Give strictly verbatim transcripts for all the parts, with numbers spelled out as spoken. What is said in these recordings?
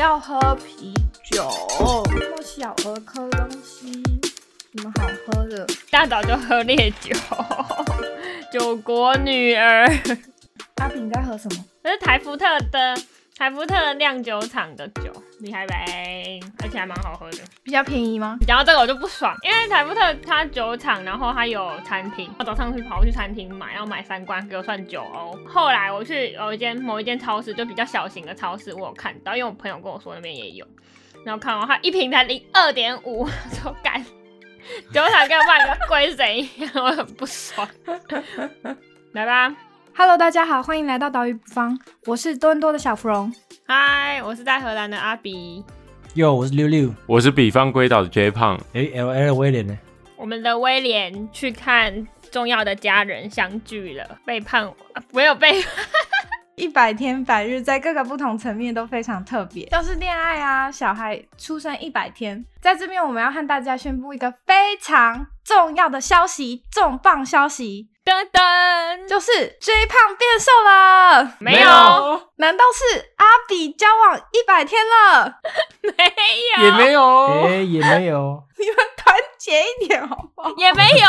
要喝啤酒，这么小儿科东西，什么好喝的？ 大早就喝烈酒，酒国女儿。 阿平在喝什么？ 这是台福特的台福特的酿酒厂的酒，厉害呗，而且还蛮好喝的。 比较便宜吗？ 讲到这个我就不爽，因为台福特它酒厂，然后它有餐厅，我早上去跑去餐厅买，要买三罐，给我算九欧。后来我去有一间某一间超市，就比较小型的超市，我有看到，因为我朋友跟我说那边也有，然后看到它一瓶才零二点五，说干，酒厂跟卖个龟神一样，我很不爽。来吧。 Hello， 大家好，欢迎来到岛屿不方，我是多伦多的小芙蓉。 嗨，我是在荷兰的阿比。 哟，我是六六， 我是比方归岛的 J 胖。 哎 ，L L 威廉呢？ 我们的威廉去看重要的家人相聚了，被判、啊、没有被。 一百天百日在各个不同层面都非常特别，像是恋爱啊，小孩出生一百天。在这边我们要和大家宣布一个非常重要的消息，重磅消息， 噔噔， 就是 J 胖变瘦了。 没有？ 难道是阿比交往一百天了？ 没有， 也没有， 哎、欸，也没有。 你们团结一点好不好？ 也没有。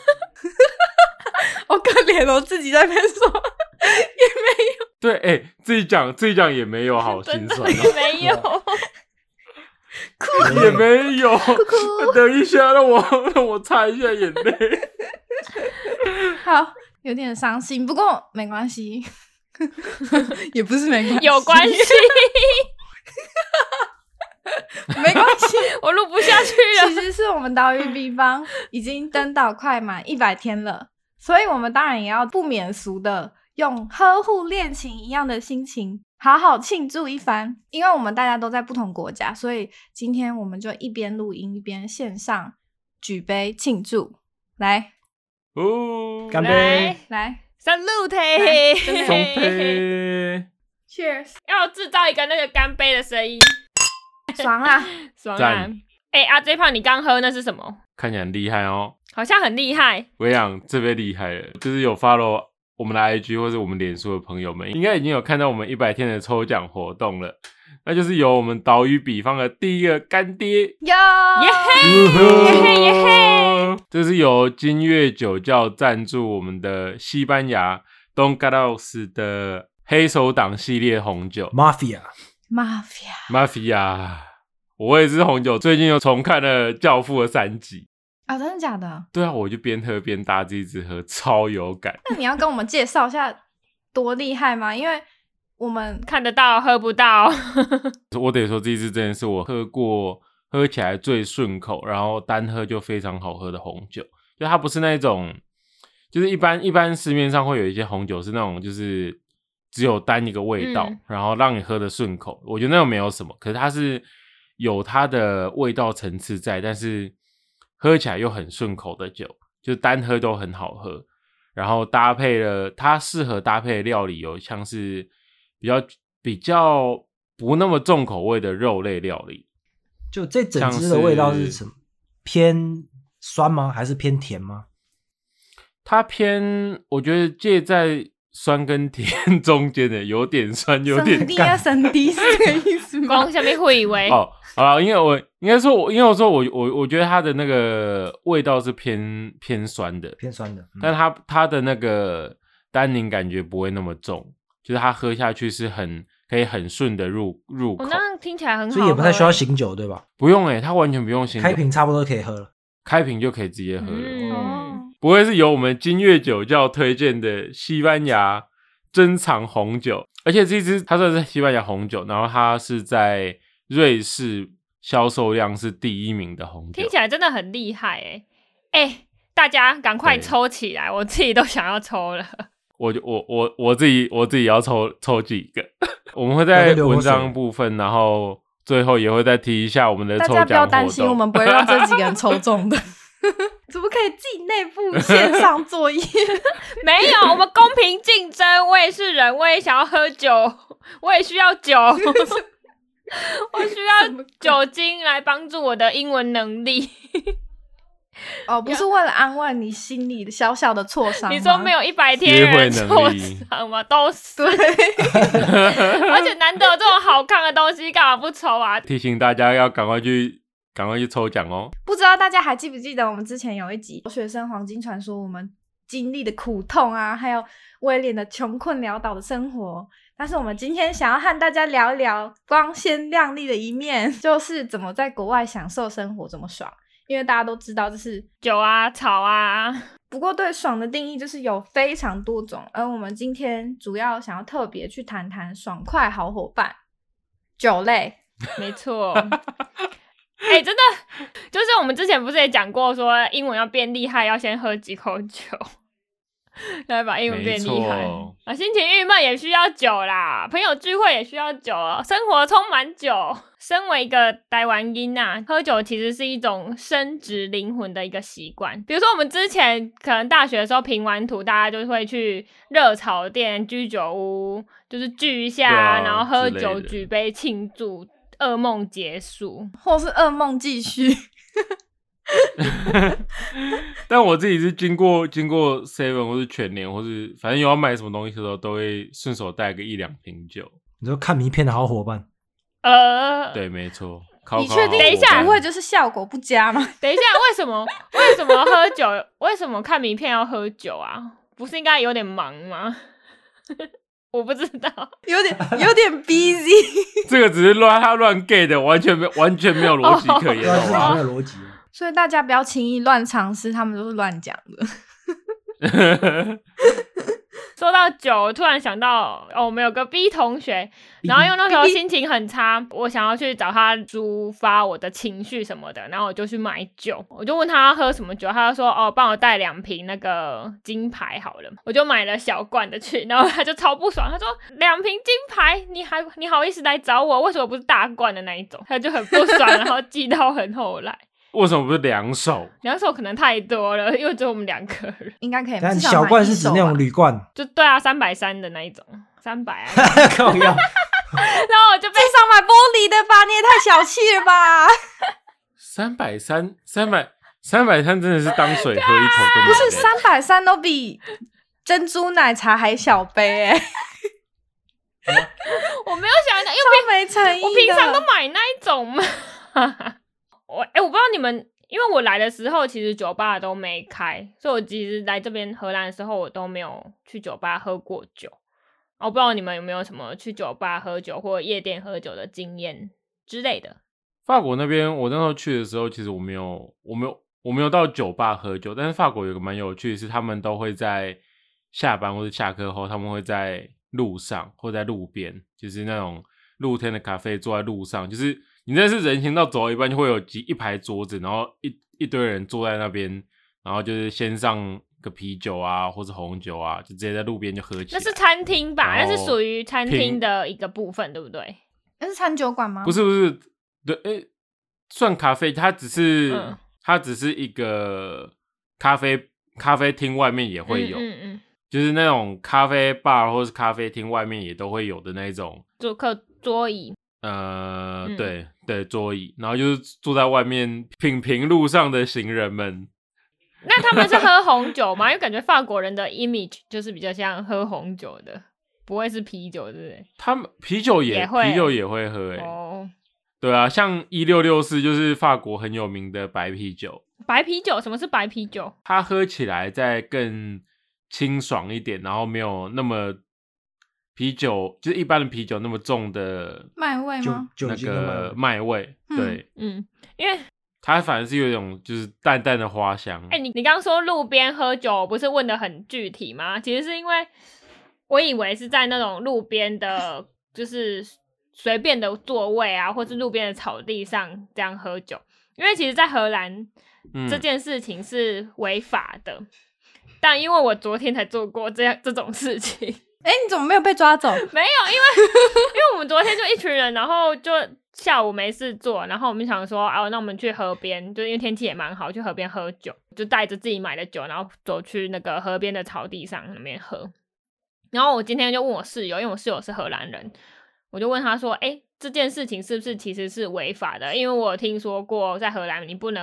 好可怜哦，自己在那边说也没有。 对，哎、欸，自己讲自己讲也没有，好心酸、哦。 也没有， 哭也没有。 哭哭， 等一下，让我让我擦一下眼泪。 好，有点伤心，不过没关系，也不是没关系， 有关系。 没关系， 我录不下去了。 其实是我们岛屿比方已经登岛快满一百天了，所以我们当然也要不免俗的用呵护恋情一样的心情好好庆祝一番。因为我们大家都在不同国家，所以今天我们就一边录音一边线上举杯庆祝。来哦， 干杯！ 来 ，salute， 松杯 ，cheers， 要制造一个那个干杯的声音。 爽啊， 爽啊！哎、欸，阿 J 胖，你刚喝那是什么？ 看起来很厉害哦， 好像很厉害。 我想这杯厉害了，就是有 follow 我们的 I G 或是我们脸书的朋友们，应该已经有看到我们一百天的抽奖活动了。那就是由我们岛屿比方的第一个干爹， 哟， 耶嘿耶嘿耶嘿， 这是由金月酒窖赞助我们的西班牙 Don Carlos 的黑手党系列红酒 Mafia Mafia Mafia。我也是红酒，最近又重看了《教父》的三集啊、哦，真的假的？ 对啊，我就边喝边搭着一直喝，超有感。 那你要跟我们介绍一下多厉害吗？因为我们看得到喝不到。 我得说这一支真的是我喝过喝起来最顺口，然后单喝就非常好喝的红酒。就它不是那种，就是一般一般市面上会有一些红酒是那种就是只有单一个味道、嗯、然后让你喝得顺口，我觉得那种没有什么。可是它是有它的味道层次在，但是喝起来又很顺口的酒，就单喝都很好喝。然后搭配了它适合搭配的料理有像是比较比较不那么重口味的肉类料理。 就这整支的味道是什么？偏酸吗？还是偏甜吗？ 它偏，我觉得介在酸跟甜中间的，有点酸，有点干。 酸低是这个意思吗？ 光下面会以为哦，好啦，因为我应该说我，因为我说我我我觉得它的那个味道是偏偏酸的， 偏酸的，嗯、 但它它的那个单宁感觉不会那么重，就是它喝下去是很可以很顺的入入口。 我、哦、那样听起来很好喝， 所以也不太需要醒酒，对吧？ 不用诶、欸，它完全不用醒酒， 开瓶差不多可以喝了， 开瓶就可以直接喝了。 嗯哦， 不会是由我们金月酒窖推荐的西班牙珍藏红酒，而且这支它算是西班牙红酒，然后它是在瑞士销售量是第一名的红酒， 听起来真的很厉害哎哎、欸，大家赶快抽起来，我自己都想要抽了。 我我我我自己我自己要抽抽几个，我们会在文章部分，然后最后也会再提一下我们的抽奖活动。 大家不要担心，我们不会让这几个人抽中的。怎么可以自己内部线上作业？ 没有，我们公平竞争。我也是人，我也想要喝酒，我也需要酒，我需要酒精来帮助我的英文能力。 哦，不是为了安慰你心里的小小的挫伤吗？ 你说没有一百天人挫伤吗？都是。而且难得有这种好看的东西，干嘛不抽啊？ 提醒大家要赶快去，赶快去抽奖哦！ 不知道大家还记不记得我们之前有一集《学生黄金传说》，我们经历的苦痛啊，还有威廉的穷困潦倒的生活。但是我们今天想要和大家聊一聊光鲜亮丽的一面，就是怎么在国外享受生活，怎么爽。因为大家都知道这是酒啊草啊， 不过对爽的定义就是有非常多种，而我们今天主要想要特别去谈谈爽快好伙伴酒类。 没错。哎、欸，真的就是我们之前不是也讲过说英文要变厉害要先喝几口酒来把英文变厉害啊，心情郁闷也需要酒啦，朋友聚会也需要酒，生活充满酒。身为一个台湾人啊，喝酒其实是一种深植灵魂的一个习惯。比如说我们之前可能大学的时候评完图，大家就会去热炒店、居酒屋，就是聚一下，啊、然后喝酒举杯庆祝，噩梦结束， 或是噩梦继续。 但我自己是经过经过 seven 或是全联，或是反正有要买什么东西的时候，都会顺手带个一两瓶酒。 你说看名片的好伙伴？ 呃， 对，没错。 你确定？等一下，不会就是效果不佳吗？ 等一下，为什么为什么喝酒？为什么看名片要喝酒啊？不是应该有点忙吗？我不知道， 有点有点 busy。 这个只是乱他乱 gay 的，完全没完全没有逻辑可言，好吧？ 没有逻辑。 所以大家不要轻易乱尝试，他们都是乱讲的。 说到酒，我突然想到，哦，我们有个 B 同学，然后因为那时候心情很差，我想要去找他抒发我的情绪什么的，然后我就去买酒，我就问他要喝什么酒，他就说，哦，帮我带两瓶那个金牌好了，我就买了小罐的去，然后他就超不爽，他说两瓶金牌，你还你好意思来找我？为什么不是大罐的那一种？他就很不爽，然后记到很后来。 为什么不是两手？ 两手可能太多了，因为只有我们两个人， 应该可以。 但小罐是指那种铝罐， 就对啊，三百三的那一种，三百啊。 靠腰。然后我就被上买玻璃的吧，你也太小气了吧！ 三百三，三百三百三真的是当水喝一口就没了。 不是三百三都比珍珠奶茶还小杯哎、欸。 我没有想到，因为没诚意， 我平常都买那一种嘛。我哎、欸，我不知道你们，因为我来的时候其实酒吧都没开，所以我其实来这边荷兰的时候，我都没有去酒吧喝过酒。我不知道你们有没有什么去酒吧喝酒或夜店喝酒的经验之类的。 法国那边，我那时候去的时候，其实我没有，我没有，我没有到酒吧喝酒。但是法国有个蛮有趣的是，他们都会在下班或者下课后，他们会在路上或在路边，就是那种露天的咖啡，坐在路上，就是。你真的是人行道走到一半就会有几一排桌子，然后一一堆人坐在那边，然后就是先上个啤酒啊，或是红酒啊，就直接在路边就喝起来。 那是餐厅吧？那是属于餐厅的一个部分，对不对？ 那是餐酒馆吗？ 不是不是，对，诶，算咖啡，它只是、嗯、它只是一个咖啡咖啡厅外面也会有，嗯 嗯, 嗯就是那种咖啡 bar 或是咖啡厅外面也都会有的那种坐客桌椅。 呃，嗯、对对，桌椅，然后就是坐在外面品评路上的行人们。 那他们是喝红酒吗？因为感觉法国人的 image 就是比较像喝红酒的，不会是啤酒，对不对？ 他们啤酒也, 也会啤酒也会喝，哎、欸， 哦， 对啊，像一六六四就是法国很有名的白啤酒。 白啤酒，什么是白啤酒？ 它喝起来再更清爽一点，然后没有那么。啤酒就是一般的啤酒那么重的麦味吗？ 那个麦味，对， 嗯，因为它反而是有一种就是淡淡的花香。 哎、欸，你你刚刚说路边喝酒，不是问的很具体吗？其实是因为我以为是在那种路边的，就是随便的座位啊，或是路边的草地上这样喝酒。因为其实，在荷兰、嗯、这件事情是违法的，但因为我昨天才做过这样这种事情。 哎、欸，你怎么没有被抓走？ 没有，因为因为我们昨天就一群人，然后就下午没事做，然后我们想说，哦，那我们去河边，就因为天气也蛮好，去河边喝酒，就带着自己买的酒，然后走去那个河边的草地上那边喝。然后我今天就问我室友，因为我室友是荷兰人，我就问他说，哎、欸，这件事情是不是其实是违法的？因为我有听说过在荷兰你不能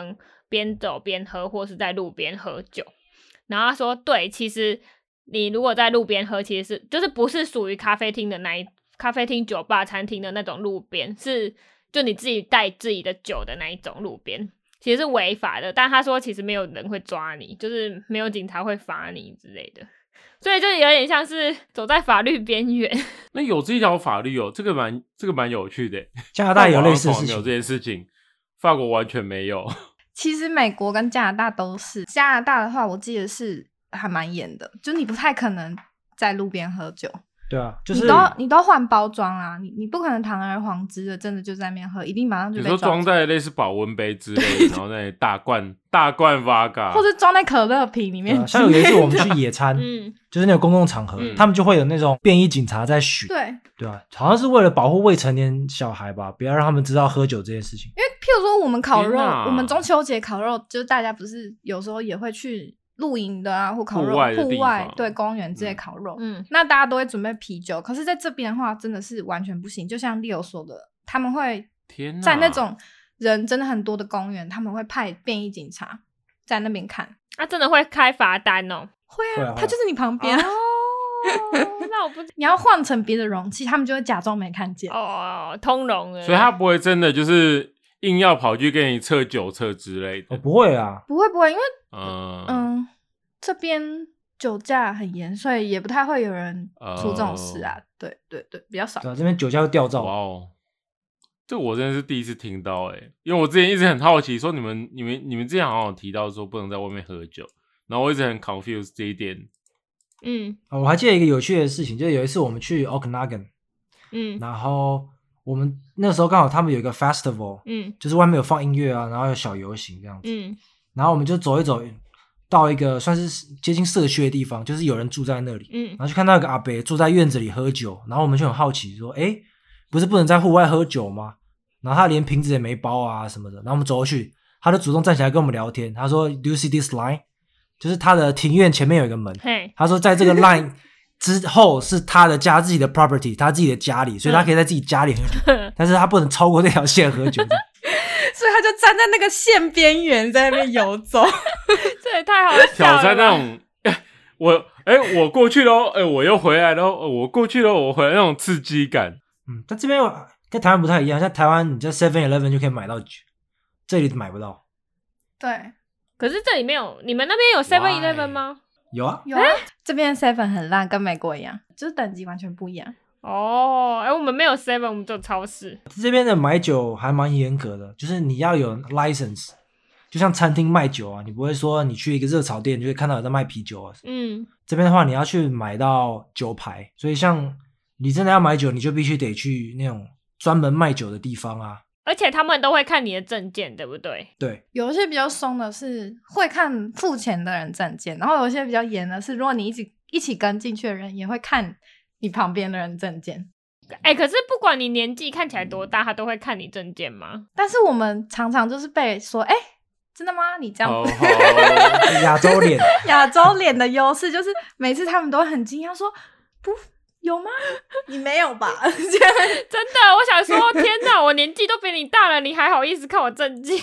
边走边喝，或是在路边喝酒。然后他说，对，其实你如果在路边喝，其实是就是不是属于咖啡厅的那一咖啡厅、酒吧、餐厅的那种路边，是就你自己带自己的酒的那一种路边，其实是违法的。但他说其实没有人会抓你，就是没有警察会罚你之类的。所以就有点像是走在法律边缘。 那有这条法律哦，这个蛮这个蛮有趣的。 加拿大有类似的事情， 有这件事情，法国完全没有。 其实美国跟加拿大都是，加拿大的话，我记得是还蛮严的，就你不太可能在路边喝酒。 对啊，就是你都你都换包装啊，你你不可能堂而皇之的真的就在那边喝，一定马上就被抓。 你说装在类似保温杯之类的，然后那里大罐大罐 Vodka， 或者装在可乐瓶里面、 啊。像有一次我们去野餐， 嗯， 就是那个公共场合、嗯，他们就会有那种便衣警察在巡。 对对啊，好像是为了保护未成年小孩吧，不要让他们知道喝酒这件事情。 因为譬如说我们烤肉，我们中秋节烤肉，就是大家不是有时候也会去露营的啊，或烤肉，户外对公园之类烤肉，嗯，那大家都会准备啤酒。可是在这边的话，真的是完全不行。就像 Leo 说的，他们会在那种人真的很多的公园，他们会派便衣警察在那边看。 啊，真的会开罚单哦？ 会啊，他就是你旁边。 哦，那我不， 你要换成别的容器，他们就会假装没看见。 哦，通融了。 所以他不会真的就是硬要跑去跟你测酒测之类的。 哦，不会啊， 不会不会，因为嗯嗯，这边酒驾很严，所以也不太会有人出这种事啊。Uh, 对对对，比较少。 对啊，这边酒驾会吊照。 哇哦，这我真的是第一次听到哎、欸，因为我之前一直很好奇，说你们你们你们之前好像有提到说不能在外面喝酒，然后我一直很 confused 这一点。 嗯， 我还记得一个有趣的事情，就是有一次我们去 Okanagan， 嗯， 然后我们那时候刚好他们有一个 festival， 嗯，就是外面有放音乐啊，然后有小游行这样子，嗯，然后我们就走一走。到一个算是接近社区的地方，就是有人住在那里，嗯，然后就看到一个阿伯住在院子里喝酒，然后我们就很好奇说，诶，不是不能在户外喝酒吗？然后他连瓶子也没包啊什么的，然后我们走过去，他就主动站起来跟我们聊天，他说 Do you see this line？ 就是他的庭院前面有一个门，他说在这个 line 之后是他的家自己的 property， 他自己的家里，所以他可以在自己家里喝酒，但是他不能超过这条线喝酒。 所以他就站在那个线边缘，在那边游走， 这也太好笑了。 挑战那种，欸、我哎、欸，我过去喽，哎、欸，我又回来喽，我过去喽，我回来那种刺激感。 嗯，但这边跟台湾不太一样，像台湾你在 seven eleven 就可以买到酒，这里买不到。 对， 可是这里没有，你们那边有 seven eleven 吗？ 有啊， 有啊。这边 seven 很烂，跟美国一样，就是等级完全不一样。 哦，哎，我们没有 seven， 我们只有超市。 这边的买酒还蛮严格的，就是你要有 license， 就像餐厅卖酒啊，你不会说你去一个热炒店就会看到有在卖啤酒啊。嗯，这边的话你要去买到酒牌，所以像你真的要买酒，你就必须得去那种专门卖酒的地方啊。 而且他们都会看你的证件，对不对？ 对， 有一些比较松的是会看付钱的人证件，然后有一些比较严的是，如果你一起一起跟进去的人也会看你旁边的人证件。 哎、欸，可是不管你年纪看起来多大，他都会看你证件吗？ 但是我们常常就是被说，哎、欸，真的吗？你这样子， 亚洲脸， 亚洲脸的优势就是每次他们都会很惊讶说，不有吗？你没有吧？真的，我想说，天哪，我年纪都比你大了，你还好意思看我证件？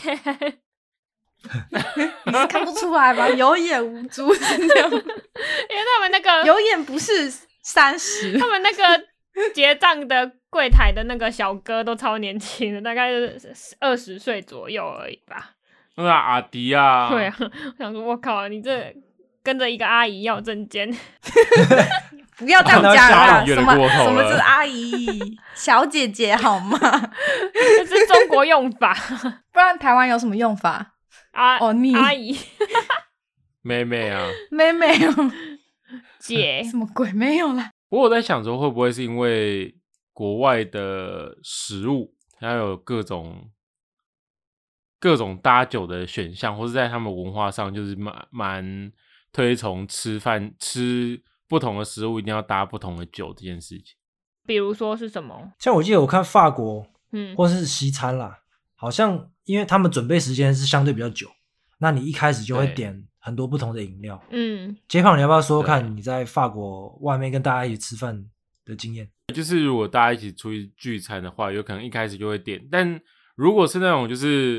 你是看不出来吧？有眼无珠是这样，因为他们那个有眼不是三十， 他们那个结账的柜台的那个小哥都超年轻的，大概是二十岁左右而已吧。 那个阿迪啊， 对啊，我想说，我靠，你这跟着一个阿姨要证件， 不要这样讲啦，什么什么是阿姨、小姐姐好吗？ 这是中国用法， 不然台湾有什么用法？ 啊， 哦，你阿姨、 妹妹啊， 妹妹哦， 姐， 什么鬼？没有啦。 不过我在想说，会不会是因为国外的食物，还有各种各种搭酒的选项，或是在他们文化上，就是蛮蛮推崇吃饭吃不同的食物一定要搭不同的酒这件事情。 比如说是什么？ 像我记得我看法国，嗯，或是西餐啦，好像因为他们准备时间是相对比较久，那你一开始就会点很多不同的饮料。嗯，街胖，你要不要说说看你在法国外面跟大家一起吃饭的经验？ 就是如果大家一起出去聚餐的话，有可能一开始就会点，但如果是那种就是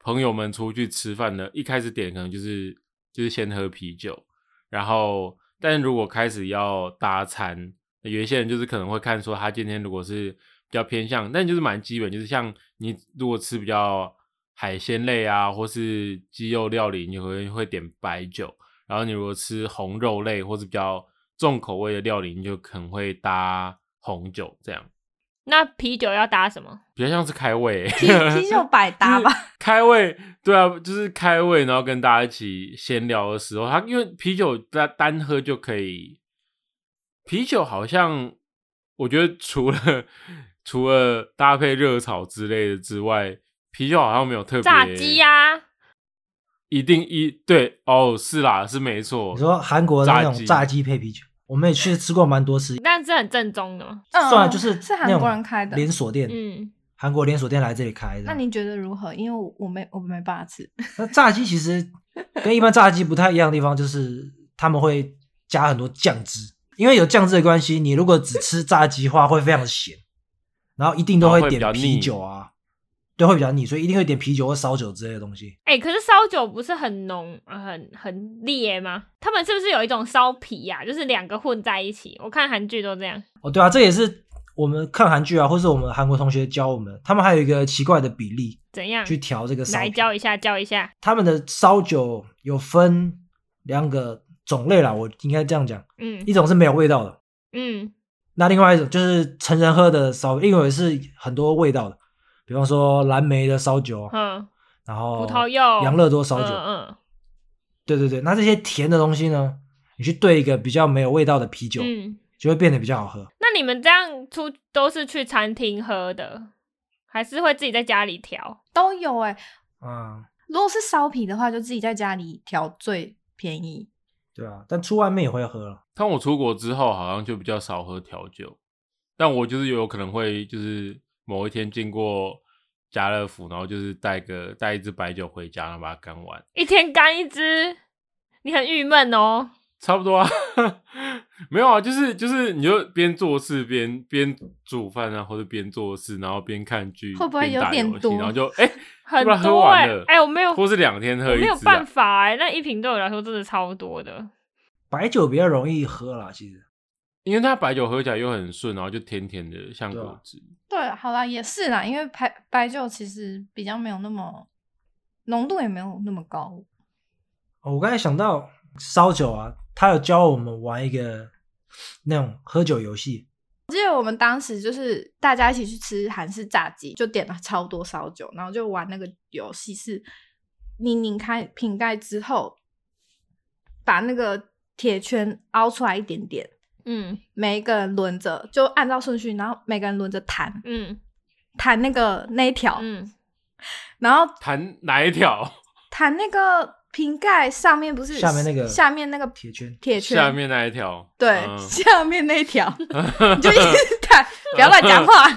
朋友们出去吃饭的，一开始点可能就是就是先喝啤酒，然后但如果开始要搭餐，有一些人就是可能会看说他今天如果是比较偏向，但就是蛮基本，就是像你如果吃比较海鲜类啊，或是鸡肉料理，你会会点白酒，然后你如果吃红肉类或是比较重口味的料理，你就可能会搭红酒这样。 那啤酒要搭什么？ 比较像是开胃、 啤啤酒百搭吧。 开胃，对啊，就是开胃，然后跟大家一起闲聊的时候，它因为啤酒单单喝就可以。啤酒好像我觉得除了除了搭配热炒之类的之外，啤酒好像没有特别炸鸡啊， 一定一对哦，是啦，是没错。 你说韩国的那种炸鸡配啤酒，我们也去吃过蛮多次， 但是很正宗的嘛。 嗯， 算了，就是是韩国人开的连锁店， 嗯， 韩国连锁店来这里开的。 那你觉得如何？因为我我没我没办法吃。 那炸鸡其实跟一般炸鸡不太一样的地方，就是他们会加很多酱汁，因为有酱汁的关系，你如果只吃炸鸡的话，会非常的咸，然后一定都会点啤酒啊。对，会比较腻，所以一定会点啤酒或烧酒之类的东西。 哎、欸，可是烧酒不是很浓、很很烈吗？他们是不是有一种烧啤呀、啊？就是两个混在一起？我看韩剧都这样。 哦，对啊，这也是我们看韩剧啊，或是我们韩国同学教我们，他们还有一个奇怪的比例， 怎样去调这个烧啤？ 来教一下，教一下。 他们的烧酒有分两个种类啦，我应该这样讲。 嗯， 一种是没有味道的， 嗯， 那另外一种就是成人喝的烧，另外是很多味道的。比方说蓝莓的烧酒， 嗯， 然后葡萄柚、 养乐多烧酒， 嗯嗯， 对对对，那这些甜的东西呢，你去兑一个比较没有味道的啤酒，嗯，就会变得比较好喝。 那你们这样出都是去餐厅喝的，还是会自己在家里调？ 都有哎、欸， 嗯， 如果是烧啤的话，就自己在家里调最便宜。 对啊，但出外面也会喝了。 但我出国之后好像就比较少喝调酒，但我就是有可能会就是某一天经过家乐福，然后就是带个带一支白酒回家，然后把它干完。 一天干一支，你很郁闷哦。 差不多啊，没有啊，就是就是你就边做事边边煮饭啊，或者边做事，然后边看剧， 会不会有点多？ 然后就哎、欸， 很多喝完了， 哎、欸欸，我没有， 或是两天喝一支、啊， 我没有办法哎、欸，那一瓶对我来说真的超多的。 白酒比较容易喝啦，其实。 因为它白酒喝起来又很顺，然后就甜甜的，像果汁。 对，啊、对，好啦，也是啦，因为白白酒其实比较没有那么浓度，也没有那么高。 哦，我刚才想到烧酒啊，他有教我们玩一个那种喝酒游戏。 我记得我们当时就是大家一起去吃韩式炸鸡，就点了超多烧酒，然后就玩那个游戏，是你拧开瓶盖之后，把那个铁圈凹出来一点点。嗯，每一个人轮着，就按照顺序，然后每个人轮着弹，嗯，弹那个那一条，嗯，然后弹哪一条？ 弹那个瓶盖上面不是下面那个下面那个铁圈， 铁圈下面那一条， 对， 嗯、 下面那一条，你就一直弹，不要乱讲话。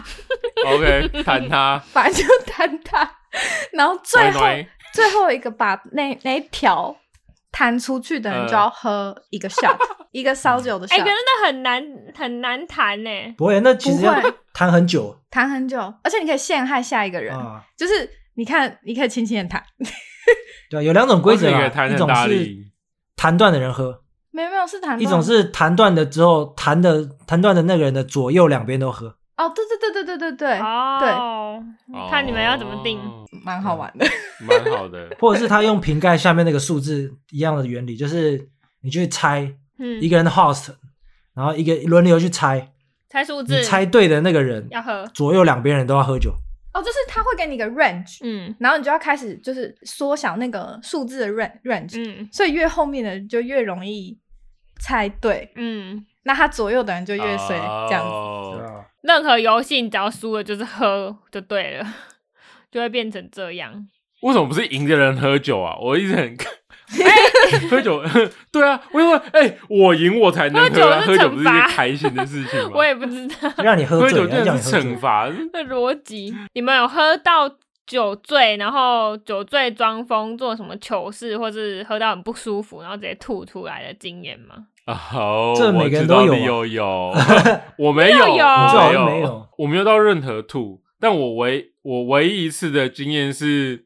OK， 弹它， 反正就弹它，然后最后乖乖最后一个把那那一条弹出去的人就要喝一个 shot，、呃、一个烧酒的 shot。 哎、欸，可是那很难很难弹呢。 不会，那其实要弹很久， 弹很久，而且你可以陷害下一个人，啊、就是你看，你可以轻轻的弹。 对，有两种规则啦， 一种是弹断的人喝， 没有没有是弹断， 一种是弹断的之后弹的弹断的那个人的左右两边都喝。 哦，对对对对对对对， 哦，对，看你们要怎么定， 蛮好玩的， 蛮好的。 或者是他用瓶盖下面那个数字一样的原理，就是你去猜一个人的 host，、嗯、然后一个轮流去猜， 猜数字， 你猜对的那个人要喝， 左右两边人都要喝酒。 哦，就是他会给你一个 range， 嗯，然后你就要开始就是缩小那个数字的 range， 嗯，所以越后面的就越容易猜对，嗯。那他左右的人就越衰、oh, 这样子。 任何游戏你只要输了就是喝就对了，就会变成这样。 为什么不是赢的人喝酒啊？我一直很欸、喝酒，对啊，为什么？哎、欸，我赢我才能喝、啊，喝酒不是一件开心的事情吗？ 我也不知道， 让你喝醉， 喝酒真的是惩罚的逻辑。你们有喝到酒醉，然后酒醉装疯做什么糗事，或是喝到很不舒服，然后直接吐出来的经验吗？ 哦， 这每个人都有、啊， 有有，我没有， 有， 我没有， 我没有到任何吐。但我唯我唯一一次的经验是，因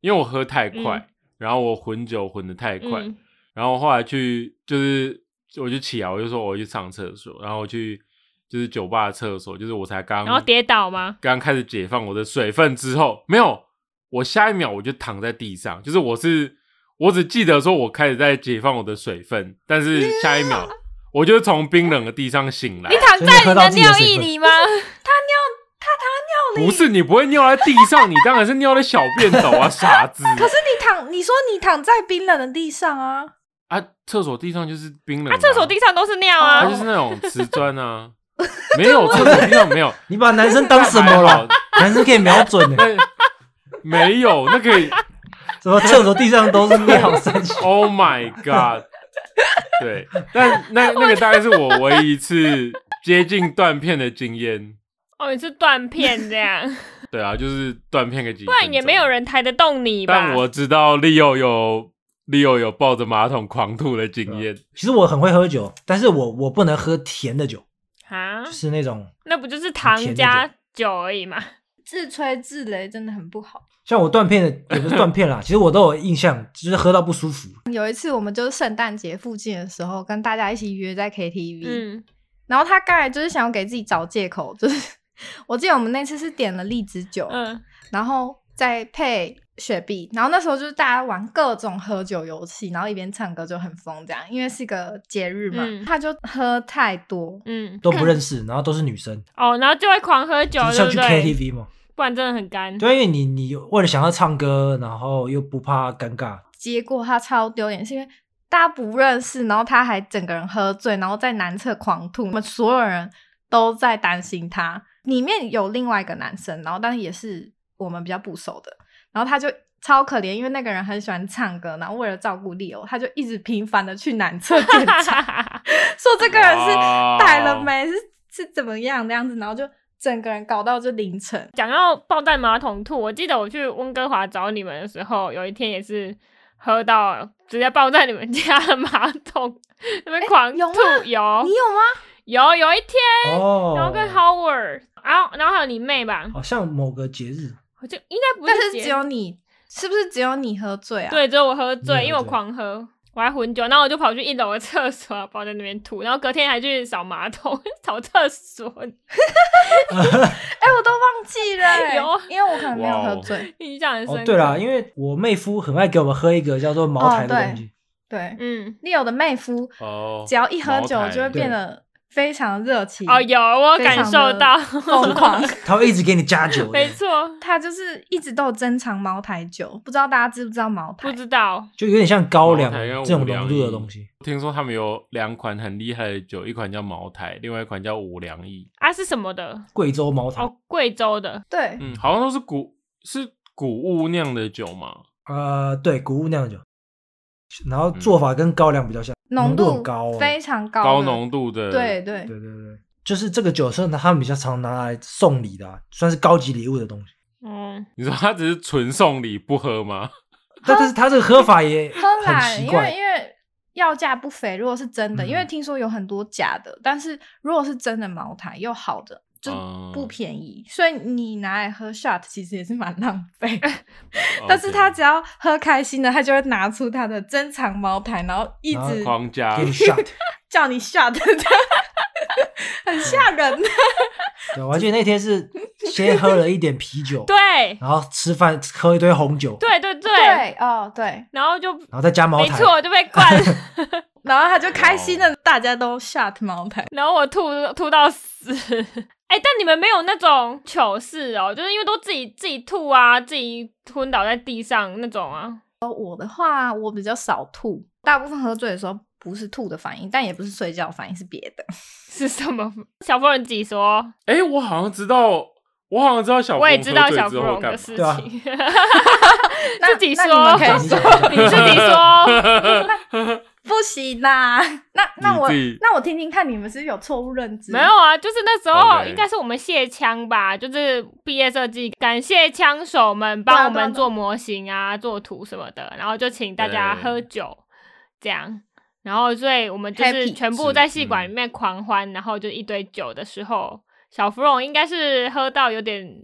因为我喝太快，嗯、然后我混酒混得太快，嗯、然后后来去就是我就起来，我就说我去上厕所，然后我去就是酒吧的厕所，就是我才刚然后跌倒吗？ 刚开始解放我的水分之后，没有，我下一秒我就躺在地上，就是我是我只记得说我开始在解放我的水分，但是下一秒我就从冰冷的地上醒来。 你躺在你的尿液里吗？ 他尿他躺尿里？ 不是，你不会尿在地上，你当然是尿在小便斗啊，傻子。 可是你躺，你说你躺在冰冷的地上啊？ 啊，厕所地上就是冰冷的、啊。 啊，厕所地上都是尿啊， 它就是那种瓷砖啊。没有，厕所地上没有。 你把男生当什么了？男生可以瞄准的。 没有，那可以。 什么厕所地上都是尿 ？Oh my god！ 对，但那那个大概是我唯一一次接近断片的经验。 哦，你是断片这样？ 对啊，就是断片个几分钟， 不然也没有人抬得动你吧？ 但我知道 Leo 有 Leo 有抱着马桶狂吐的经验。 其实我很会喝酒，但是我我不能喝甜的酒啊， 就是那种那不就是糖加酒而已吗？ 自吹自擂真的很不好。 像我断片的也不是断片啦，其实我都有印象，就是喝到不舒服。 有一次我们就是圣诞节附近的时候，跟大家一起约在 K T V， 嗯， 然后他刚才就是想要给自己找借口，就是我记得我们那次是点了荔枝酒， 嗯， 然后再配雪碧，然后那时候就是大家玩各种喝酒游戏，然后一边唱歌就很疯这样，因为是个节日嘛，嗯、他就喝太多， 嗯， 都不认识，然后都是女生哦，然后就会狂喝酒， 像去 K T V 嘛。 不然真的很干。 对，因为你你为了想要唱歌，然后又不怕尴尬， 结果他超丢脸，是因为大家不认识，然后他还整个人喝醉，然后在男厕狂吐，我们所有人都在担心他。里面有另外一个男生，然后但是也是我们比较不熟的，然后他就超可怜，因为那个人很喜欢唱歌，然后为了照顾Leo，他就一直频繁的去男厕检查，说这个人是带了没，是是怎么样这样子，然后就。整个人搞到就凌晨。 讲到抱在马桶吐，我记得我去温哥华找你们的时候，有一天也是喝到直接抱在你们家的马桶那边狂吐。 欸、有, 有你有吗？ 有有一天， 哦、 然后跟 Howard， 然后然后还有你妹吧， 好像某个节日， 我就应该不是节日， 但是只有你，是不是只有你喝醉啊？ 对，只有我喝醉，因为我狂喝。我还混酒，然后我就跑去一楼的厕所，抱在那边吐，然后隔天还去扫马桶、扫厕所。哎、 欸，我都忘记了， 有， 因为我可能没有喝醉， 印象很深刻。 哦，对啦，因为我妹夫很爱给我们喝一个叫做茅台的东西。 哦、对, 对， 嗯 Leo的妹夫， 哦， 只要一喝酒就会变得非常热情。 哦，有，我感受到疯狂， 他会一直给你加酒。 没错， 他就是一直都有珍藏茅台酒，不知道大家知不知道茅台？ 不知道， 就有点像高粱这种浓度的东西。 听说他们有两款很厉害的酒，一款叫茅台，另外一款叫五粮液。 啊，是什么的？ 贵州茅台。 哦，贵州的。 对， 嗯，好像都是谷是谷物酿的酒嘛。 呃，对，谷物酿的酒。然后做法跟高粱比较像，浓度很高、哦， 非常高， 高浓度的。 对对对对对，就是这个酒是他们比较常拿来送礼的、啊，算是高级礼物的东西。 嗯， 你说他只是纯送礼不喝吗？ 但是他这个喝法也很奇怪， 因为因为要价不菲。如果是真的、嗯，因为听说有很多假的，但是如果是真的茅台又好的。就不便宜、嗯，所以你拿来喝 shot 其实也是蛮浪费。但是他只要喝开心的，他就会拿出他的珍藏茅台，然后一直狂加给你 shot， 叫你 shot， 很吓人。 对，我还记得那天是先喝了一点啤酒， 对， 然后吃饭喝一堆红酒， 对对对， 对哦对， 然后就然后再加茅台， 没错，就被灌。 然后他就开心的，大家都 shot 茅台， 然后我吐吐到死。哎、欸，但你们没有那种糗事哦，就是因为都自己自己吐啊，自己昏倒在地上那种啊。 我的话，我比较少吐，大部分喝醉的时候不是吐的反应，但也不是睡觉的反应，是别的。 是什么？小妇人自己说。 哎、欸，我好像知道，我好像知道小妇人我也知道小妇人的事情。 啊、 自己说， 你可以说， 你自己说。 不行啦，那那我那我听听看，你们是有错误认知？ 没有啊，就是那时候应该是我们卸枪吧， okay. 就是毕业设计，感谢枪手们帮我们做模型啊、做图什么的，然后就请大家喝酒，这样，然后所以我们就是全部在戏馆里面狂欢，然后就一堆酒的时候，小芙蓉应该是喝到有点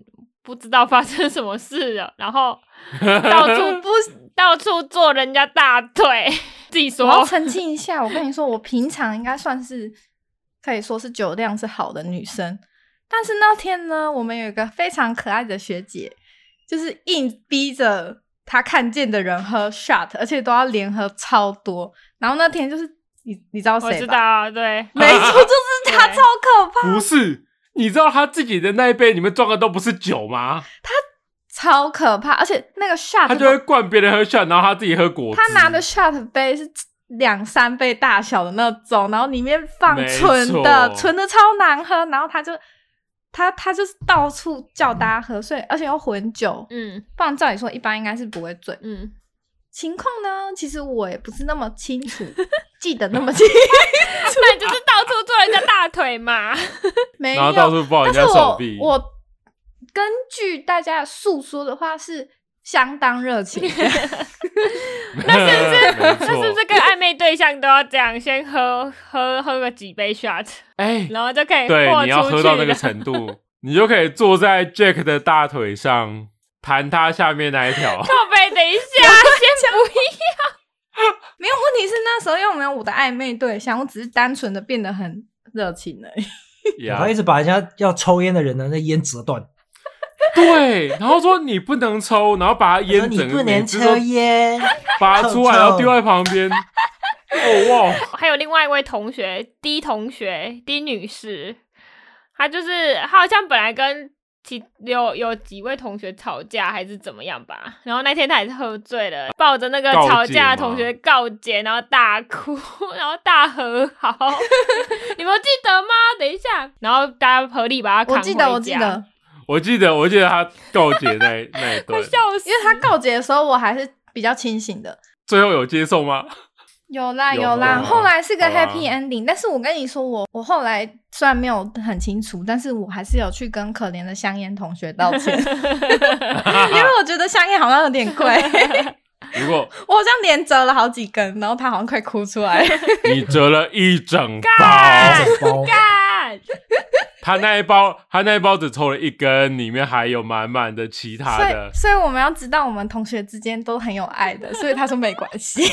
不知道发生什么事了，然后到处不到处坐人家大腿。自己说， 我要澄清一下，我跟你说，我平常应该算是可以说是酒量是好的女生，但是那天呢，我们有一个非常可爱的学姐，就是硬逼着她看见的人喝 shot， 而且都要连喝超多。然后那天就是你你知道谁吧？ 我知道啊，对， 没错，就是她，超可怕。 不是，你知道她自己的那一杯里面装的都不是酒吗？ 她超可怕，而且那个 shot 他就会灌别人喝 shot， 然后他自己喝果汁。 他拿的 shot 杯是两三倍大小的那种，然后里面放纯的，纯的超难喝。然后他就他他就是到处叫大家喝，所以而且又混酒，嗯，不然照理说一般应该是不会醉，嗯。情况呢，其实我也不是那么清楚，记得那么清楚。 那你就是到处坐人家大腿嘛？ 没有， 然后到处抱人家手臂。 我我根据大家的诉说的话是相当热情的。 那是不是那是不是跟暧昧对象都要这样，先喝喝喝个几杯 shot， 哎、欸，然后就可以对，你要喝到那个程度，你就可以坐在 Jack 的大腿上，弹他下面那一条。 靠北，等一下，先不要。 没有，问题是那时候又没有我的暧昧对象，我只是单纯的变得很热情而已。 Yeah. 他一直把人家要抽烟的人的那烟折断。 对，然后说你不能抽，然后把他烟整个你不能抽烟， 拔出来，然后丢在旁边。哦哇！ 还有另外一位同学 D 同学 D 女士，她就是她好像本来跟其有有几位同学吵架还是怎么样吧，然后那天她也是喝醉了，抱着那个吵架的同学告解，然后大哭，然后大和好。你们记得吗？等一下，然后大家合力把她扛回家。 我记得，我记得。 我记得，我记得他告解那那一段， 笑死！ 因为他告解的时候，我还是比较清醒的。 最后有接受吗？ 有啦，有啦，后来是个 happy ending。但是我跟你说，我我后来虽然没有很清楚，但是我还是有去跟可怜的香烟同学道歉，因为我觉得香烟好像有点贵。 如果我好像连折了好几根，然后他好像快哭出来。 你折了一整包， 包干。 他那一包，他那一包只抽了一根，里面还有满满的其他的。 所以，所以我们要知道，我们同学之间都很有爱的，所以他说没关系。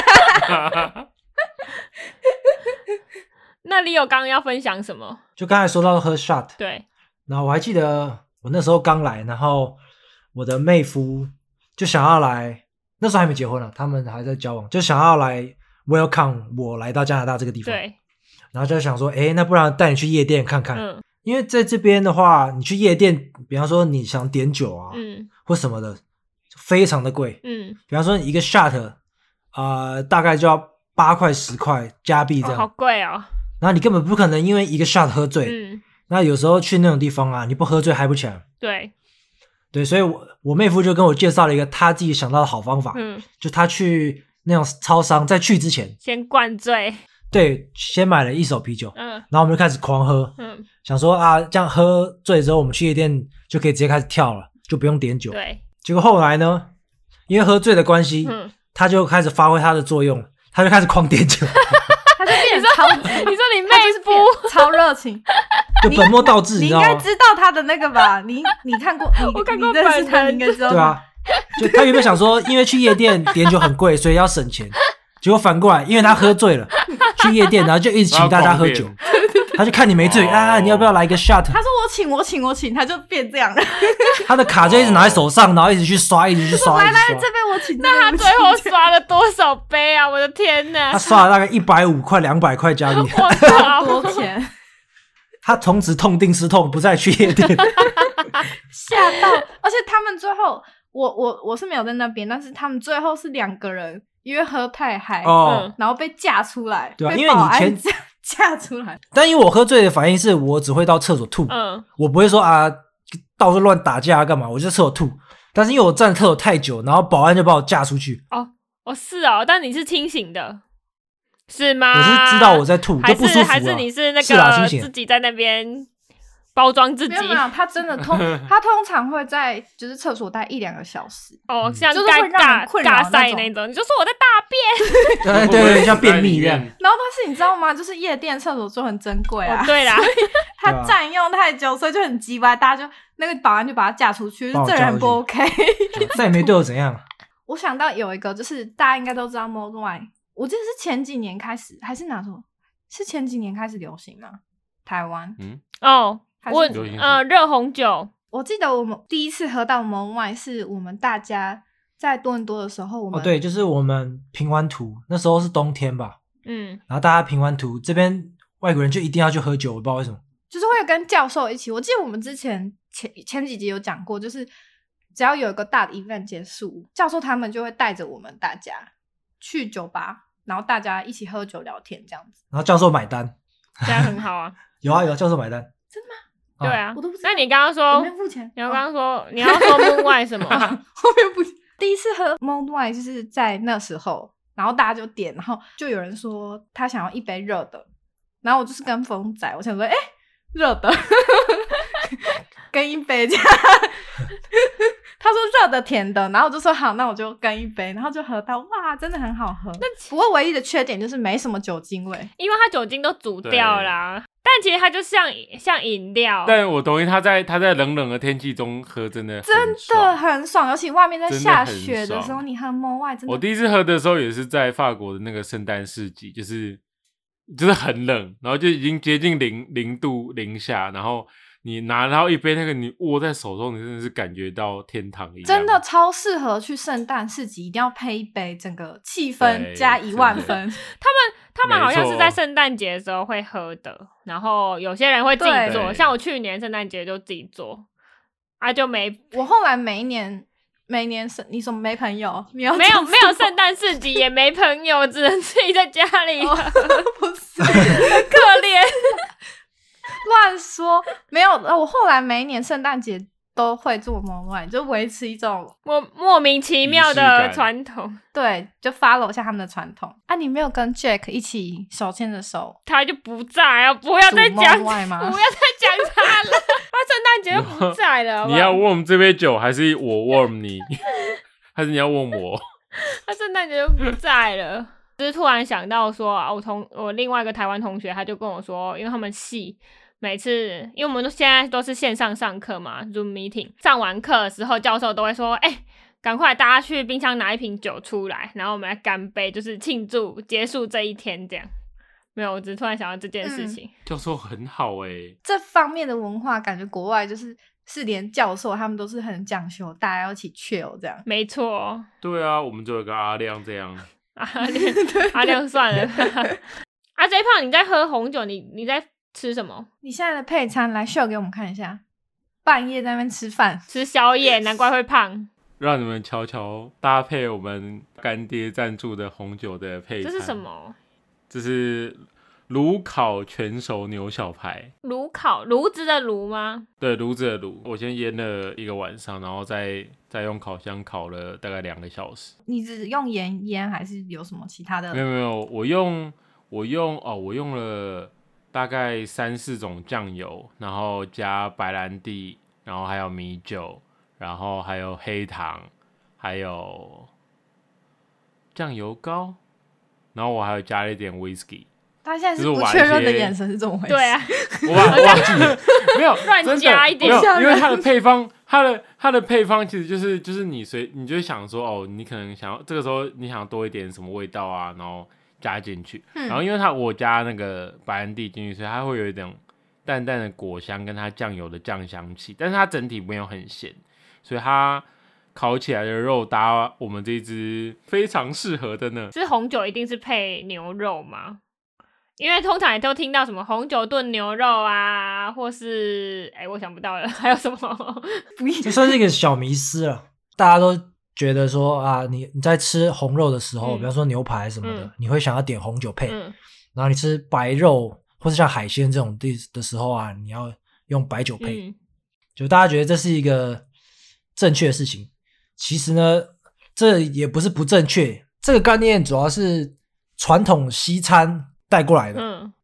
那Leo刚刚要分享什么？ 就刚才说到喝 shot， 对。 然后我还记得我那时候刚来，然后我的妹夫就想要来，那时候还没结婚了，他们还在交往，就想要来 welcome 我来到加拿大这个地方。 对。 然后就想说，诶，那不然带你去夜店看看。嗯，因为在这边的话，你去夜店，比方说你想点酒啊，嗯，或什么的，非常的贵。嗯，比方说一个 shot， 呃，大概就要八块十块加币这样， 哦，好贵哦。 然后你根本不可能因为一个 shot 喝醉。嗯，那有时候去那种地方啊，你不喝醉嗨不起来。 对， 对，所以我我妹夫就跟我介绍了一个他自己想到的好方法，嗯，就他去那种超商，在去之前先灌醉。 对，先买了一手啤酒，嗯，然后我们就开始狂喝，嗯，想说啊，这样喝醉之后，我们去夜店就可以直接开始跳了，就不用点酒。 对， 结果后来呢，因为喝醉的关系，嗯，他就开始发挥他的作用，他就开始狂点酒， 他就变得超， 你说你妹夫超热情， 就本末倒置，你你应该知道他的那个吧？你你看过，你我看过你认识他，你应该知道。 对啊，就他原本想说，因为去夜店点酒很贵，所以要省钱。结果反过来，因为他喝醉了，去夜店，然后就一直请大家喝酒，他就看你没醉、哦、啊，你要不要来一个 shot？ 他说我请我请我请，他就变这样了。 他的卡就一直拿在手上，然后一直去刷，一直去刷。 来来，这杯我请。 那他最后刷了多少杯啊？我的天哪！ 他刷了大概一百五块、两百块加币。 我操， 多钱！ 他从此痛定思痛，不再去夜店。 吓到！而且他们最后，我我我是没有在那边，但是他们最后是两个人。因为喝太嗨、哦，然后被架出来， 对啊， 被因为你前架出来。 但因为我喝醉的反应是我只会到厕所吐，嗯，我不会说啊到处乱打架干嘛，我就厕所吐。但是因为我站厕所太久，然后保安就把我架出去。 哦哦是哦，但你是清醒的，是吗？ 我是知道我在吐，就不舒服、啊、 还是还是你是那个是自己在那边包装自己。 没有没有，他真的通他通常会在就是厕所待一两个小时。 哦，像就是会让人困扰尬赛那种，你就说我在大便，对对对，像便秘一样。 然后但是你知道吗？就是夜店厕所就很珍贵啊， 哦、对啦， 他占用太久，所以就很鸡歪，大家就那个保安就把他架出去，这人很不 OK。 再也没对我怎样。 我想到有一个，就是大家应该都知道 Mode Wine， 我记得是前几年开始，还是哪时候？是前几年开始流行吗？台湾？ 嗯，哦，我呃热红酒， 我记得我们第一次喝到 Mode Wine 是我们大家在多伦多的时候，我们哦对，就是我们平湾图那时候是冬天吧，嗯，然后大家平湾图这边外国人就一定要去喝酒，我不知道为什么， 就是会跟教授一起。我记得我们之前前前几集有讲过，就是只要有一个大的 event 结束，教授他们就会带着我们大家去酒吧，然后大家一起喝酒聊天这样子， 然后教授买单， 这样很好啊。 有啊有啊，教授买单。 真的吗？ 对啊， 我都不知道。 那你刚刚说我没有付钱， 你刚刚说、哦、你要说 Mode Wine 什么？ 后面不第一次喝 Mode Wine 就是在那时候，然后大家就点，然后就有人说他想要一杯热的，然后我就是跟风仔，我想说，哎、欸，热的，跟一杯这样。他说热的甜的，然后我就说好，那我就跟一杯，然后就喝到哇，真的很好喝。不过唯一的缺点就是没什么酒精味， 因为它酒精都煮掉啦。但其实它就像像饮料。 但我同意，他在他在冷冷的天气中喝真的很真的很爽，尤其外面在下雪的时候，你喝 Mode Wine 真的。 我第一次喝的时候也是在法国的那个圣诞市集，就是就是很冷，然后就已经接近零零度零下，然后。你拿到一杯那个，你握在手中，你真的是感觉到天堂一样。 真的超适合去圣诞市集，一定要配一杯，整个气氛加一万分。他们他们好像是在圣诞节的时候会喝的，然后有些人会自己做，像我去年圣诞节就自己做，啊就没。 我后来每一年每一年圣，你说没朋友，你要没有没有圣诞市集，也没朋友，只能自己在家里。 哦、不是， 可怜。 乱说，没有。我后来每一年圣诞节都会做 Mode Wine，就维持一种莫莫名其妙的传统。 对，就 follow 一下他们的传统。啊，你没有跟 Jack 一起手牵着手？ 他就不在啊！不要再讲，不要再讲他了。他圣诞节就不在了好不好。 你要 warm 这杯酒，还是我 warm 你？还是你要 warm 我？ 他圣诞节就不在了。就是突然想到说啊，我同我另外一个台湾同学，他就跟我说，因为他们系每次，因为我们都现在都是线上上课嘛 ，Zoom meeting， 上完课的时候，教授都会说，哎、欸，赶快大家去冰箱拿一瓶酒出来，然后我们来干杯，就是庆祝结束这一天这样。没有，我只是突然想到这件事情。 嗯、教授很好哎、欸， 这方面的文化感觉国外就是是连教授他们都是很讲究，大家要一起 chill 这样。 没错。 对啊，我们就有个阿亮这样。 阿亮，阿亮算了。阿 J 胖，你在喝红酒，你你在吃什么？ 你现在的配餐来秀给我们看一下。半夜在那边吃饭， 吃宵夜，难怪会胖。 让你们瞧瞧搭配我们干爹赞助的红酒的配餐。 这是什么？ 这是炉烤全熟牛小排。 炉烤，炉子的炉吗？ 对，炉子的炉。我先腌了一个晚上，然后再再用烤箱烤了大概两个小时。 你只用盐腌还是有什么其他的？ 没有没有，我用我用哦，我用了大概三四种酱油，然后加白兰地，然后还有米酒，然后还有黑糖，还有酱油膏，然后我还有加了一点 whisky。 他现在是不确认的眼神是这么回事？ 对啊， 我把我忘记了，没有乱加一点， 因为它的配方，它的它的配方其实就是就是你随你就会想说哦，你可能想要这个时候你想要多一点什么味道啊，然后加进去，嗯、然后因为它我加那个白兰地进去，所以它会有一点淡淡的果香跟它酱油的酱香气，但是它整体没有很咸，所以它烤起来的肉搭我们这一支非常适合的呢。 是红酒一定是配牛肉吗？因为通常也都听到什么红酒炖牛肉啊，或是哎、欸，我想不到了，还有什么？ 这算是一个小迷思了。大家都觉得说啊，你你在吃红肉的时候，嗯、比方说牛排什么的，嗯、你会想要点红酒配。嗯、然后你吃白肉或是像海鲜这种地的时候啊，你要用白酒配。嗯、就大家觉得这是一个正确的事情，其实呢，这也不是不正确。这个概念主要是传统西餐带过来的，嗯，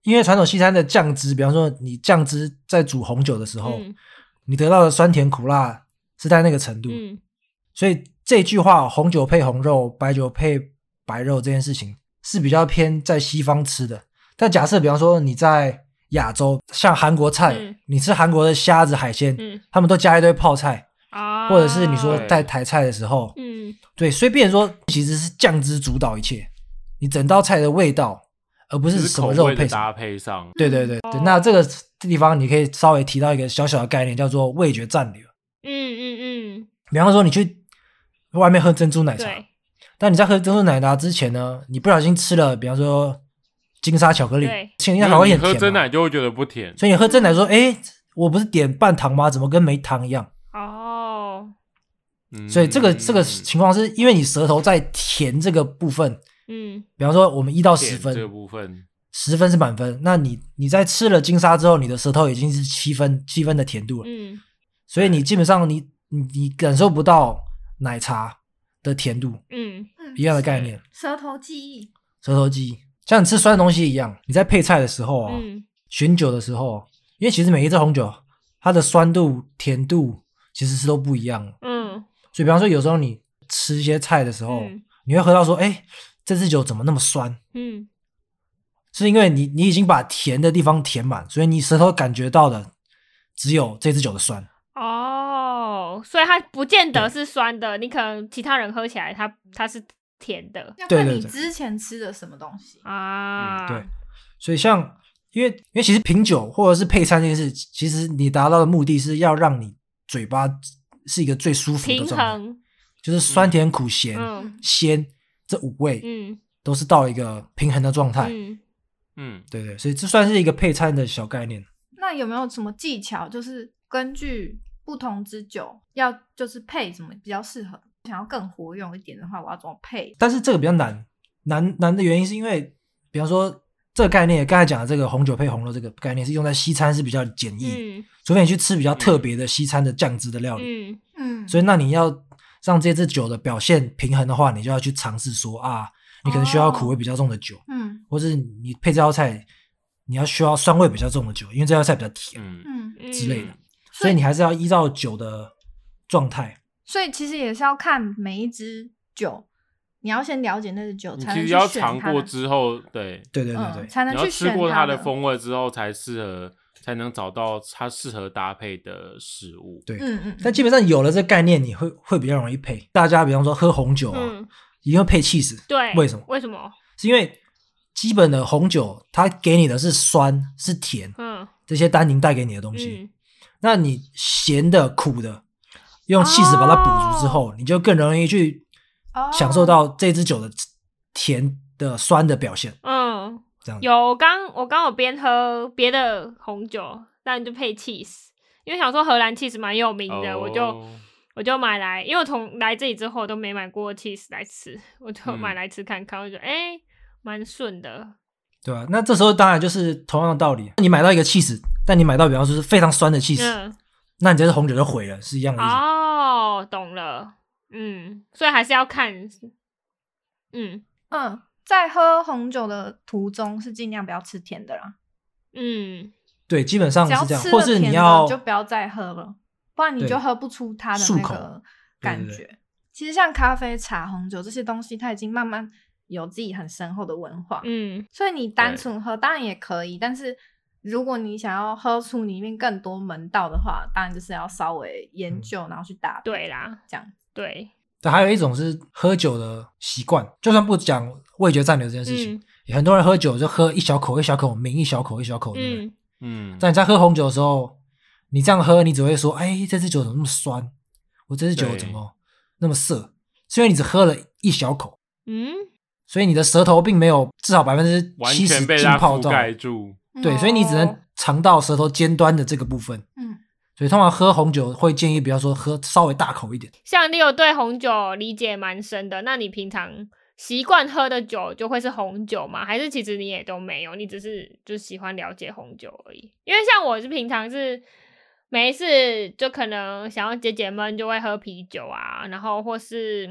因为传统西餐的酱汁，比方说你酱汁在煮红酒的时候，嗯、你得到的酸甜苦辣是在那个程度，嗯、所以这句话红酒配红肉，白酒配白肉这件事情是比较偏在西方吃的。但假设比方说你在亚洲，像韩国菜，嗯、你吃韩国的虾子海鲜，嗯、他们都加一堆泡菜，啊、或者是你说在台菜的时候，嗯、对，所以变成说其实是酱汁主导一切，你整道菜的味道，而不是什么肉配搭配上。 对对对对，那这个地方你可以稍微提到一个小小的概念，叫做味觉暂留。嗯嗯嗯。比方说你去外面喝珍珠奶茶，但你在喝珍珠奶茶之前呢，你不小心吃了，比方说金沙巧克力，现在还会很甜嘛， 你喝珍奶就会觉得不甜， 所以你喝珍奶说，哎，我不是点半糖吗？怎么跟没糖一样？ 哦， 所以这个这个情况是因为你舌头在甜这个部分，嗯，比方说我们一到十分， 这个部分十分是满分，那你你在吃了金沙之后，你的舌头已经是七分七分的甜度了，嗯，所以你基本上你你你感受不到奶茶的甜度，嗯，一样的概念， 舌头记忆， 舌头记忆，像你吃酸的东西一样，你在配菜的时候啊，嗯、选酒的时候，因为其实每一支红酒它的酸度、甜度其实是都不一样的，嗯，所以比方说有时候你吃一些菜的时候，嗯、你会喝到说，哎，这支酒怎么那么酸？嗯，是因为你你已经把甜的地方填满，所以你舌头感觉到的只有这支酒的酸。 哦，所以它不见得是酸的，你可能其他人喝起来它它是甜的， 要看你之前吃的什么东西啊、 嗯。对，所以像因为因为其实品酒或者是配餐这件事，其实你达到的目的是要让你嘴巴是一个最舒服的状态，平衡，就是酸甜苦咸、嗯、鲜这五味，嗯，都是到一个平衡的状态。嗯嗯，对对，所以这算是一个配餐的小概念。 那有没有什么技巧，就是根据不同支酒要就是配什么比较适合？想要更活用一点的话，我要怎么配？ 但是这个比较难，难难的原因是因为，比方说这个概念，刚才讲的这个红酒配红肉这个概念是用在西餐是比较简易，嗯、除非你去吃比较特别的西餐的酱汁的料理，嗯嗯，所以那你要让这支酒的表现平衡的话，你就要去尝试说啊，你可能需要苦味比较重的酒，嗯，或是你配这道菜，你要需要酸味比较重的酒，因为这道菜比较甜，嗯之类的，所以你还是要依照酒的状态。 所以其实也是要看每一支酒，你要先了解那支酒，才能去选它的。 其实要尝过之后，对对对对对、 嗯，才能去选它的。 你要吃过它的风味之后，才适合，才能找到它适合搭配的食物。 对，嗯嗯。但基本上有了这概念，你会会比较容易配。大家比方说喝红酒啊，嗯、一定要配起司。 对， 为什么？ 为什么？ 是因为基本的红酒它给你的是酸是甜，嗯，这些单宁带给你的东西。嗯、那你咸的苦的。用起司把它补足之后、oh. 你就更容易去享受到这支酒的甜的酸的表现。 嗯，这样有我刚我刚有边喝别的红酒，但就配起司，因为想说荷兰起司蛮有名的， oh. 我就我就买来，因为我从来这里之后都没买过起司来吃，我就买来吃看看，嗯、我觉得哎蛮顺的。 对啊，那这时候当然就是同样的道理，你买到一个起司，但你买到比方说是非常酸的起司。嗯，那你这支红酒就毁了，是一样的意思。 哦，懂了。嗯，所以还是要看。嗯嗯，在喝红酒的途中是尽量不要吃甜的啦。 嗯， 对，基本上是这样。或是你要就不要再喝了，不然你就喝不出它的那个感觉。对对对，其实像咖啡、茶、红酒这些东西，它已经慢慢有自己很深厚的文化。嗯，所以你单纯喝当然也可以，但是如果你想要喝出里面更多门道的话，当然就是要稍微研究，嗯、然后去搭配。 对啦， 这样对。 对，还有一种是喝酒的习惯，就算不讲味觉暂留这件事情，嗯、也很多人喝酒就喝一小口一小口，抿一小口一小口，对不对？嗯。在你在喝红酒的时候，你这样喝，你只会说：“哎，这支酒怎么那么酸？我这支酒怎么那么涩？”是因为你只喝了一小口，嗯，所以你的舌头并没有至少百分之七十浸泡到。 盖住。 对，所以你只能尝到舌头尖端的这个部分。嗯，所以通常喝红酒会建议，比方说喝稍微大口一点。 像你有对红酒理解蛮深的，那你平常习惯喝的酒就会是红酒吗？还是其实你也都没有，你只是就喜欢了解红酒而已？因为像我是平常是没事就可能想要解解闷就会喝啤酒啊，然后或是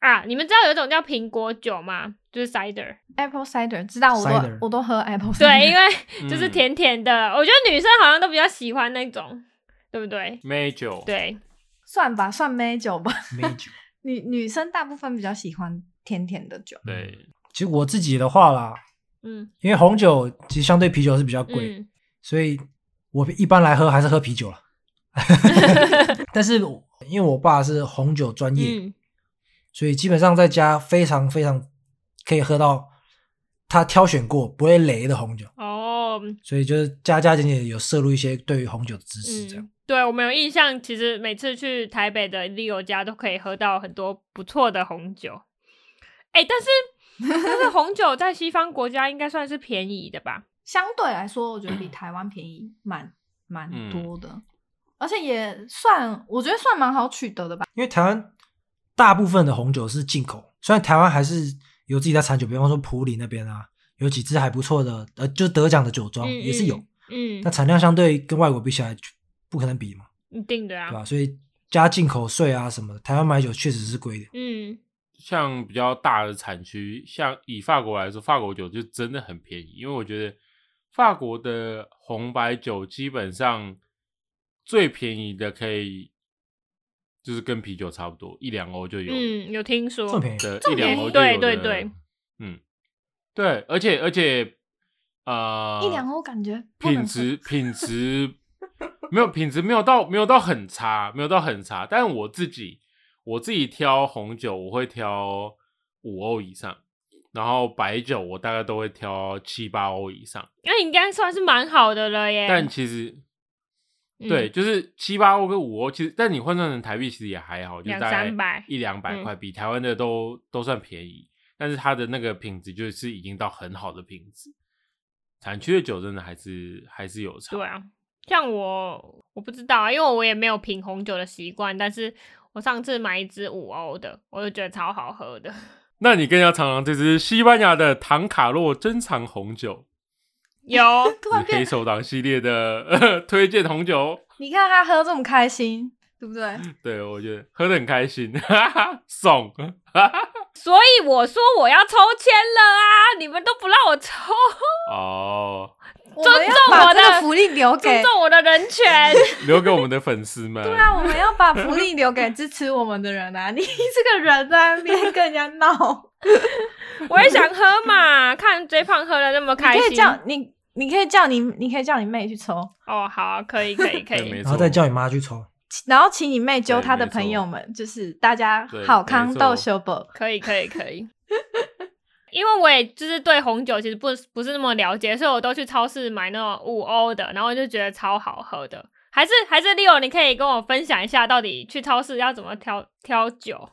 啊，你们知道有一种叫苹果酒吗？就是 cider apple cider， 知道我都 cider 我都喝 apple cider。 对，因为就是甜甜的，嗯、我觉得女生好像都比较喜欢那种，对不对？ 梅酒， 对， 算吧，算梅酒吧。 梅酒， 女女生大部分比较喜欢甜甜的酒。 对， 其实我自己的话啦， 嗯， 因为红酒其实相对啤酒是比较贵，嗯、所以我一般来喝还是喝啤酒啦。但是因为我爸是红酒专业。嗯，所以基本上在家非常非常可以喝到他挑选过不会雷的红酒哦，所以就是加加减减有摄入一些对于红酒的知识这样。 嗯、对，我们有印象，其实每次去台北的 Leo 家都可以喝到很多不错的红酒。哎，但是但是红酒在西方国家应该算是便宜的吧？ 相对来说，我觉得比台湾便宜蛮蛮多的，嗯、而且也算我觉得算蛮好取得的吧， 因为台湾。大部分的红酒是进口，虽然台湾还是有自己在产酒，比方说埔里那边啊，有几支还不错的，呃，就得奖的酒庄、嗯、也是有，嗯，但产量相对跟外国比起来不可能比嘛， 一定的啊， 对吧？所以加进口税啊什么的，台湾买酒确实是贵的。 嗯， 像比较大的产区，像以法国来说，法国酒就真的很便宜，因为我觉得法国的红白酒基本上最便宜的可以。就是跟啤酒差不多，一两欧就有。 嗯，有听说。 这么便宜？ 对，一两欧就有。 对对对， 嗯，对，而且而且，呃， 一两欧感觉品质品质没有品质没有到没有到很差，没有到很差。但我自己我自己挑红酒，我会挑五欧以上，然后白酒我大概都会挑七八欧以上。 那应该算是蛮好的了耶。 但其实。对，就是七八欧跟五欧，其实但你换算成台币其实也还好，就大概一两百块，比台湾的都都算便宜。但是它的那个品质就是已经到很好的品质，产区的酒真的还是还是有差。 对啊，像我我不知道啊，因为我也没有品红酒的习惯，但是我上次买一支五欧的，我就觉得超好喝的。 那你更要尝尝这支西班牙的唐卡洛珍藏红酒。 有是黑手党系列的、呃、推荐红酒， 你看他喝这么开心，对不对？ 对，我觉得喝得很开心，爽。 所以我说我要抽签了啊，你们都不让我抽哦。 尊重我的福利留给尊重我的人权， 留给我们的粉丝们。 对啊，我们要把福利留给支持我们的人啊！你这个人在那边跟人家闹， 我也想喝嘛，看J胖喝的那么开心， 你可以叫你。你可以叫你，你可以叫你妹去抽哦，好、啊，可以，可以，可以， 然后再叫你妈去抽， 然后请你妹揪她的朋友们，就是大家好康斗修补， 可以，可以，可以。因为我也就是对红酒其实不不是那么了解，所以我都去超市买那种五欧的，然后就觉得超好喝的。还是还是 Leo， 你可以跟我分享一下，到底去超市要怎么挑挑酒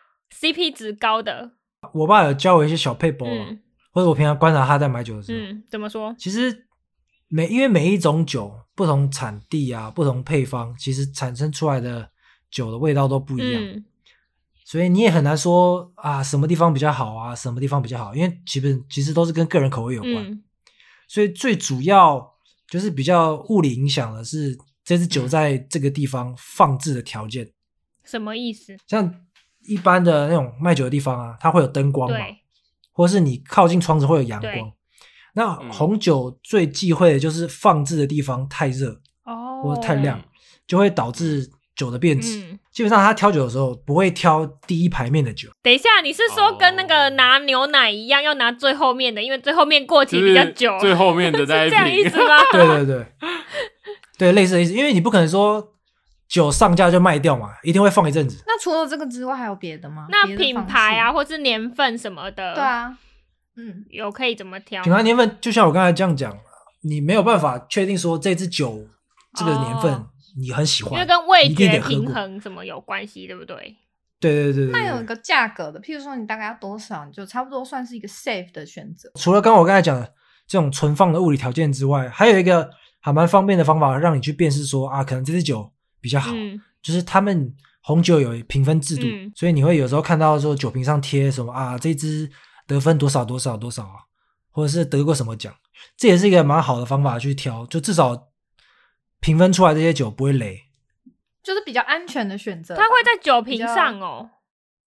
，C P 值高的。 我爸有教我一些小撇步、嗯或者我平常观察他在买酒的时候， 嗯，怎么说？ 其实每因为每一种酒不同产地啊，不同配方，其实产生出来的酒的味道都不一样，嗯、所以你也很难说啊什么地方比较好啊，什么地方比较好，因为其实其实都是跟个人口味有关，嗯、所以最主要就是比较物理影响的是这支酒在这个地方放置的条件。 什么意思？ 像一般的那种卖酒的地方啊，它会有灯光嘛。或是你靠近窗子会有阳光，那红酒最忌讳的就是放置的地方太热、哦、或者太亮，就会导致酒的变质、嗯、基本上他挑酒的时候不会挑第一排面的酒。 等一下，你是说跟那个拿牛奶一样要拿最后面的，因为最后面过期比较久、 就是、最后面的那一瓶是这样意思吗？ 对对对对，类似的意思，因为你不可能说酒上架就卖掉嘛，一定会放一阵子。 那除了这个之外还有别的吗？ 那品牌啊或是年份什么的。 对啊， 嗯，有可以怎么挑？ 品牌年份就像我刚才这样讲，你没有办法确定说这支酒这个年份你很喜欢、哦、 因为跟味觉平衡什么有关系，对不对？ 对对 对, 对, 对那有一个价格的，譬如说你大概要多少，你就差不多算是一个 safe 的选择。 除了刚刚我刚才讲的这种存放的物理条件之外，还有一个还蛮方便的方法让你去辨识说啊，可能这支酒比较好、嗯、就是他们红酒有评分制度、嗯、所以你会有时候看到说酒瓶上贴什么啊，这支得分多少多少多少啊，或者是得过什么奖，这也是一个蛮好的方法去挑，就至少评分出来这些酒不会雷， 就是比较安全的选择。 它会在酒瓶上哦，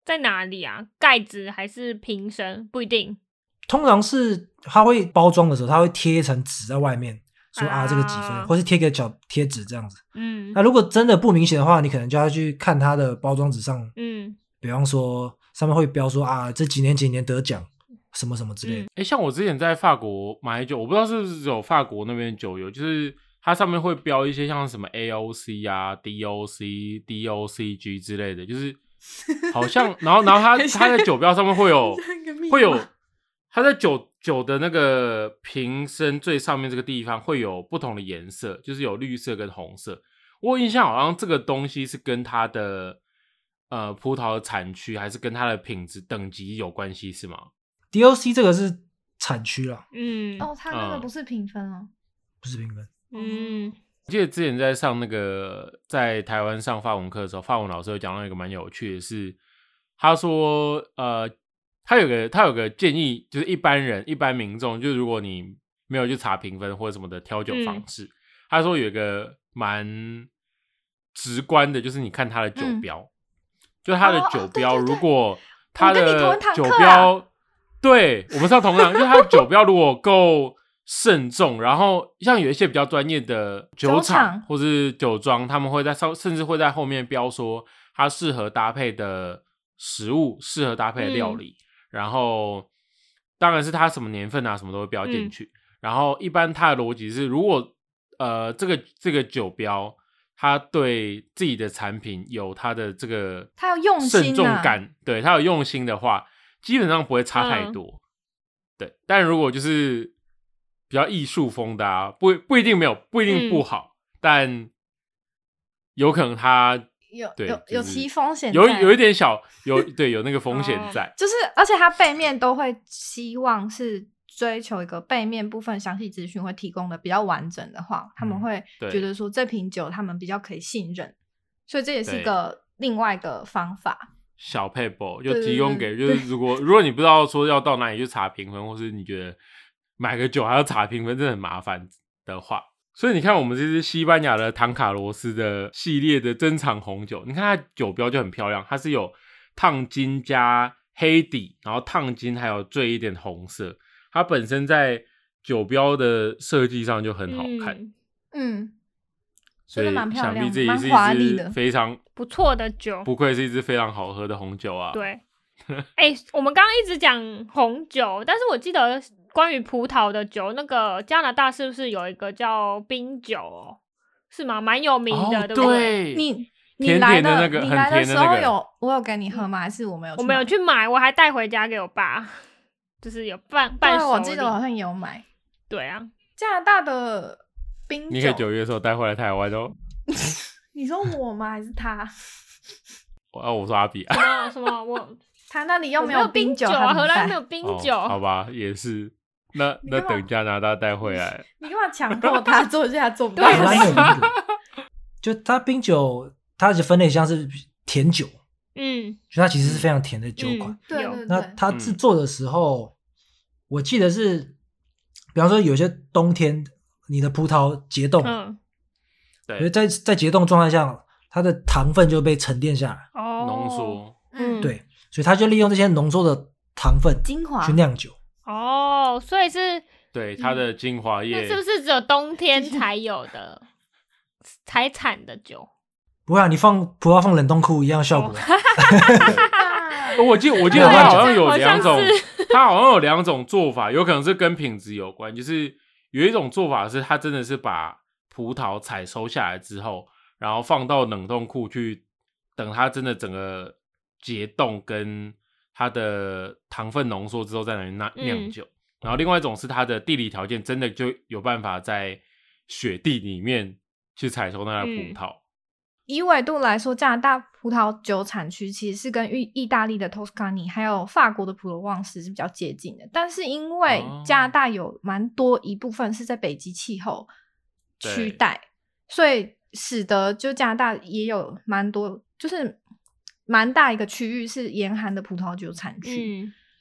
在哪里啊？盖子还是瓶身？不一定。 通常是它会包装的时候，它会贴一层纸在外面，说啊这个几分， 啊或是贴个小贴纸这样子。 嗯， 那如果真的不明显的话，你可能就要去看它的包装纸上， 嗯， 比方说上面会标说啊这几年几年得奖什么什么之类的。 哎、嗯，像我之前在法国买酒，我不知道是不是只有法国那边酒有，就是它上面会标一些像什么 A O C 啊、D O C、D O C G 之类的，就是好像，然后然后它它在酒标上面会有会有，它在酒酒的那个瓶身最上面这个地方会有不同的颜色，就是有绿色跟红色。我有印象好像这个东西是跟它的呃葡萄的产区还是跟它的品质等级有关系是吗？ D O C 这个是产区啦， 嗯， 哦，它那个不是评分哦， 不是评分。 嗯， 我记得之前在上那个在台湾上法文课的时候，法文老师有讲到一个蛮有趣的是，他说呃，他有个他有个建议，就是一般人一般民众，就是如果你没有去查评分或者什么的挑酒方式，嗯、他说有一个蛮直观的，就是你看他的酒标，嗯、就是他的酒标， 哦、对对对， 如果他的酒啊、 标，对我们上同堂，就是他的酒标如果够慎重，然后像有一些比较专业的酒厂或是酒庄，他们会在上，甚至会在后面标说它适合搭配的食物，适合搭配的料理，嗯、然后当然是它什么年份啊，什么都会标进去。嗯、然后一般它的逻辑是，如果呃这个这个酒标，它对自己的产品有它的这个它有用心、啊、 慎重感，对它有用心的话，基本上不会差太多。嗯、对，但如果就是比较艺术风的啊，不不一定没有，不一定不好，嗯、但有可能它有对、 有、就是、有其风险， 有有一点小有对有那个风险在， 哦、就是而且它背面都会希望是追求一个背面部分详细资讯会提供的比较完整的话，他们会觉得说这瓶酒他们比较可以信任，所以这也是一个另外的方法。 小撇步就提供给就是如果如果你不知道说要到哪里去查评分，或是你觉得买个酒还要查评分真的很麻烦的话，所以你看我们这支西班牙的唐卡罗斯的系列的珍藏红酒，你看它酒标就很漂亮，它是有烫金加黑底，然后烫金还有缀一点红色，它本身在酒标的设计上就很好看。 嗯，嗯所以想必这也是一支非常不错的酒， 不愧是一支非常好喝的红酒啊。 对，哎、欸，我们刚刚一直讲红酒，但是我记得关于葡萄的酒，那个加拿大是不是有一个叫冰酒哦？是吗？蛮有名的， 哦、 对不对？ 你你来的那个你来的时候有、 那個、 我有给你喝吗？还是我没有？ 我没有去买，我还带回家给我爸，就是有伴伴手礼。 我记得我好像有买。 对啊， 加拿大的冰酒， 你可以九月的时候带回来台湾哦。 你说我吗？还是他？ 我、啊、我说阿比啊。 什么什么？我他那里又没有冰酒啊，荷兰没有冰酒、 哦。好吧，也是。那那等加拿大带回来。 你干嘛强迫他做一下做不到？ 荷兰有冰酒，就它冰酒，它的分类像是甜酒， 嗯， 就它其实是非常甜的酒款。 嗯、对, 对, 对。 那它制作的时候，嗯、我记得是，比方说有些冬天你的葡萄结冻。 嗯对， 在在结冻状态下，它的糖分就被沉淀下来， 哦， 浓缩， 嗯， 对，所以他就利用这些浓缩的糖分精华去酿酒。 哦，所以是， 对，它的精华液， 那是不是只有冬天才有的才产的酒？ 不会啊，你放葡萄放冷冻库一样效果。 哦、我记得我记得它好像有两种，它好像有两种做法，有可能是跟品质有关，就是有一种做法是它真的是把葡萄采收下来之后，然后放到冷冻库去等它真的整个结冻跟它的糖分浓缩之后再来酿酒、嗯、然后另外一种是它的地理条件真的就有办法在雪地里面去采收那个葡萄、嗯、 以纬度来说，加拿大葡萄酒产区其实是跟意大利的 Toscany 还有法国的普罗旺斯是比较接近的，但是因为加拿大有蛮多一部分是在北极气候区带，所以使得就加拿大也有蛮多，就是蛮大一个区域是严寒的葡萄酒产区、嗯、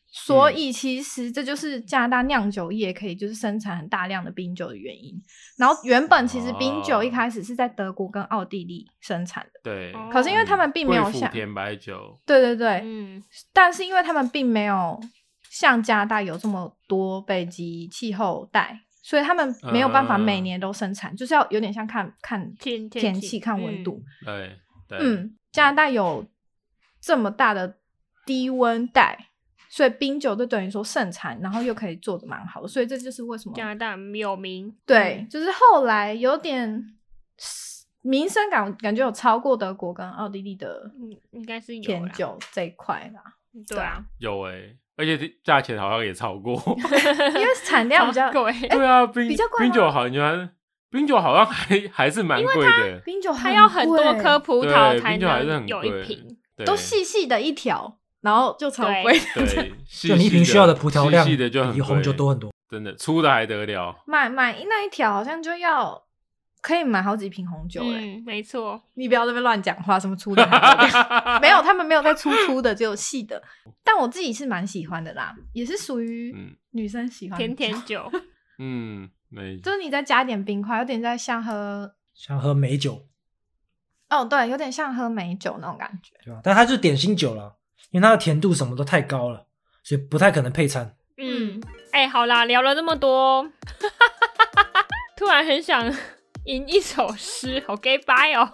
所以其实这就是加拿大酿酒业可以就是生产很大量的冰酒的原因。然后原本其实冰酒一开始是在德国跟奥地利生产的， 对。 可是因为他们并没有像甜白酒， 对对对， 嗯， 但是因为他们并没有像加拿大有这么多北极气候带，所以他们没有办法每年都生产，嗯、就是要有点像看看天天气、看温度。 嗯、对对， 嗯，加拿大有这么大的低温带。所以冰酒就等于说盛产，然后又可以做的蛮好的，所以这就是为什么加拿大有名。 对，嗯、就是后来有点名声感感觉有超过德国跟奥地利的， 嗯，应该是有甜酒这一块啦。 对啊， 有诶、欸，而且价钱好像也超过， 因为产量比较贵。 对啊，冰比较贵， 冰酒好像冰酒好像还还是蛮贵的， 冰酒它要很多颗葡萄才能有一瓶， 都细细的一条。然后就超贵， 对， 就你一瓶需要的葡萄量细的就很比红酒多很多， 真的粗的还得了。 买买那一条好像就要可以买好几瓶红酒哎、欸嗯，没错。 你不要在那边乱讲话，什么粗的还得了没有，他们没有在粗粗的，只有细的。但我自己是蛮喜欢的啦，也是属于女生喜欢的甜甜酒。 嗯，没， 就是你再加点冰块，有点在像喝像喝美酒。 哦，对，有点像喝美酒那种感觉， 对吧？但它就是点心酒了。因为它的甜度什么都太高了，所以不太可能配餐。 嗯，哎、欸，好啦，聊了这么多，突然很想吟一首诗，好 gay bye 哦。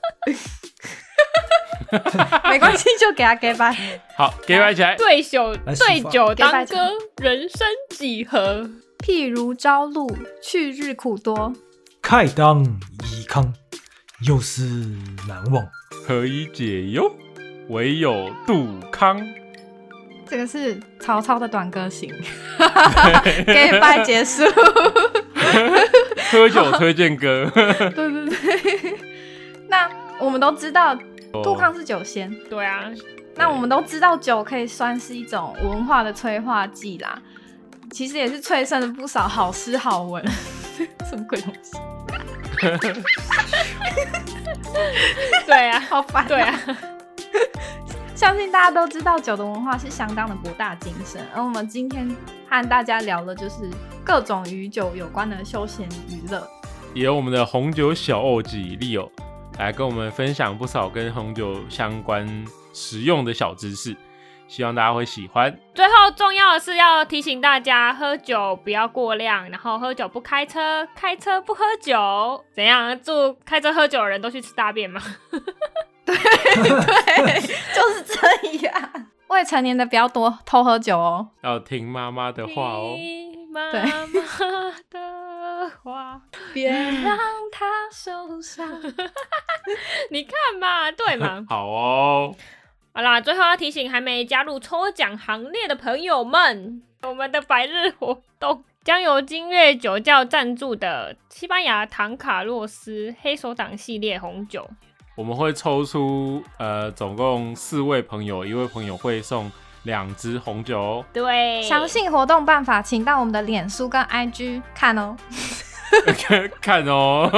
没关系，就给他 gay bye。 好 gay bye 起来。 对酒对酒当歌，人生几何？ 譬如朝露，去日苦多。 慨当以慷，又是难忘。 何以解忧？唯有杜康。 这个是曹操的短歌行gay bye结束喝酒推荐歌对对对那我们都知道杜康是酒仙、 哦、对啊， 那我们都知道酒可以算是一种文化的催化剂啦，其实也是催生了不少好诗好文什么鬼东西对啊， 好烦、啊、 对啊相信大家都知道酒的文化是相当的博大精深，而我们今天和大家聊的就是各种与酒有关的休闲娱乐， 也有我们的红酒小欧吉Leo来跟我们分享不少跟红酒相关实用的小知识，希望大家会喜欢。 最后重要的是要提醒大家，喝酒不要过量，然后喝酒不开车，开车不喝酒。怎样？祝开车喝酒的人都去吃大便吗？ 对对，就是这样。未成年的不要多偷喝酒哦， 要听妈妈的话哦。 听妈妈的话， 别让她受伤。 你看嘛，对嘛？ 好哦。 好啦，最后要提醒还没加入抽奖行列的朋友们，我们的百日活动将由金月酒窖赞助的西班牙唐卡洛斯黑手党系列红酒。 我们会抽出呃总共四位朋友，一位朋友会送两支红酒哦。 对， 详细活动办法请到我们的脸书跟 I G 看哦。 看哦，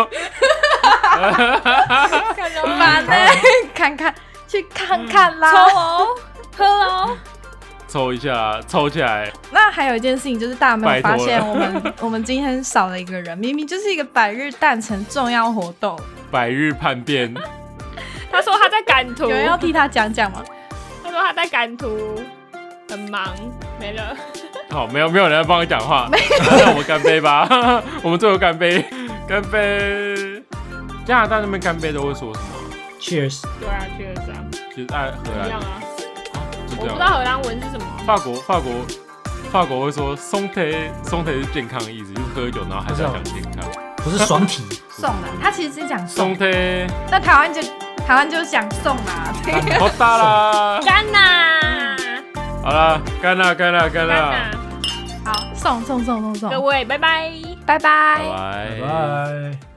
看哦， 烦呢，看看去看看啦， 抽哦，喝哦。 抽一下，抽起来。 那还有一件事情就是，大家没有发现我们我们今天少了一个人，明明就是一个百日诞辰重要活动， 百日叛变。 他说他在赶图， 有人要替他讲讲吗？ 他说他在赶图，很忙，没了。 好，没有没有人要帮我讲话，那我们干杯吧！我们最后干杯，干杯！加拿大那边干杯都会说什么 ？Cheers。 对啊 ，Cheers 啊， 就是爱荷兰。 一样啊。 我不知道荷兰文是什么。 法国法国法国会说松腿，松腿是健康的意思，就是喝酒然后还是要讲健康， 不是爽体。 送啦，他其实是讲松腿。 那台湾就台湾就想送啦， 好大啦， 干啦！ 好啦，干啦干啦干啦！ 好，送送送送送， 各位拜拜， 拜拜， 拜拜拜。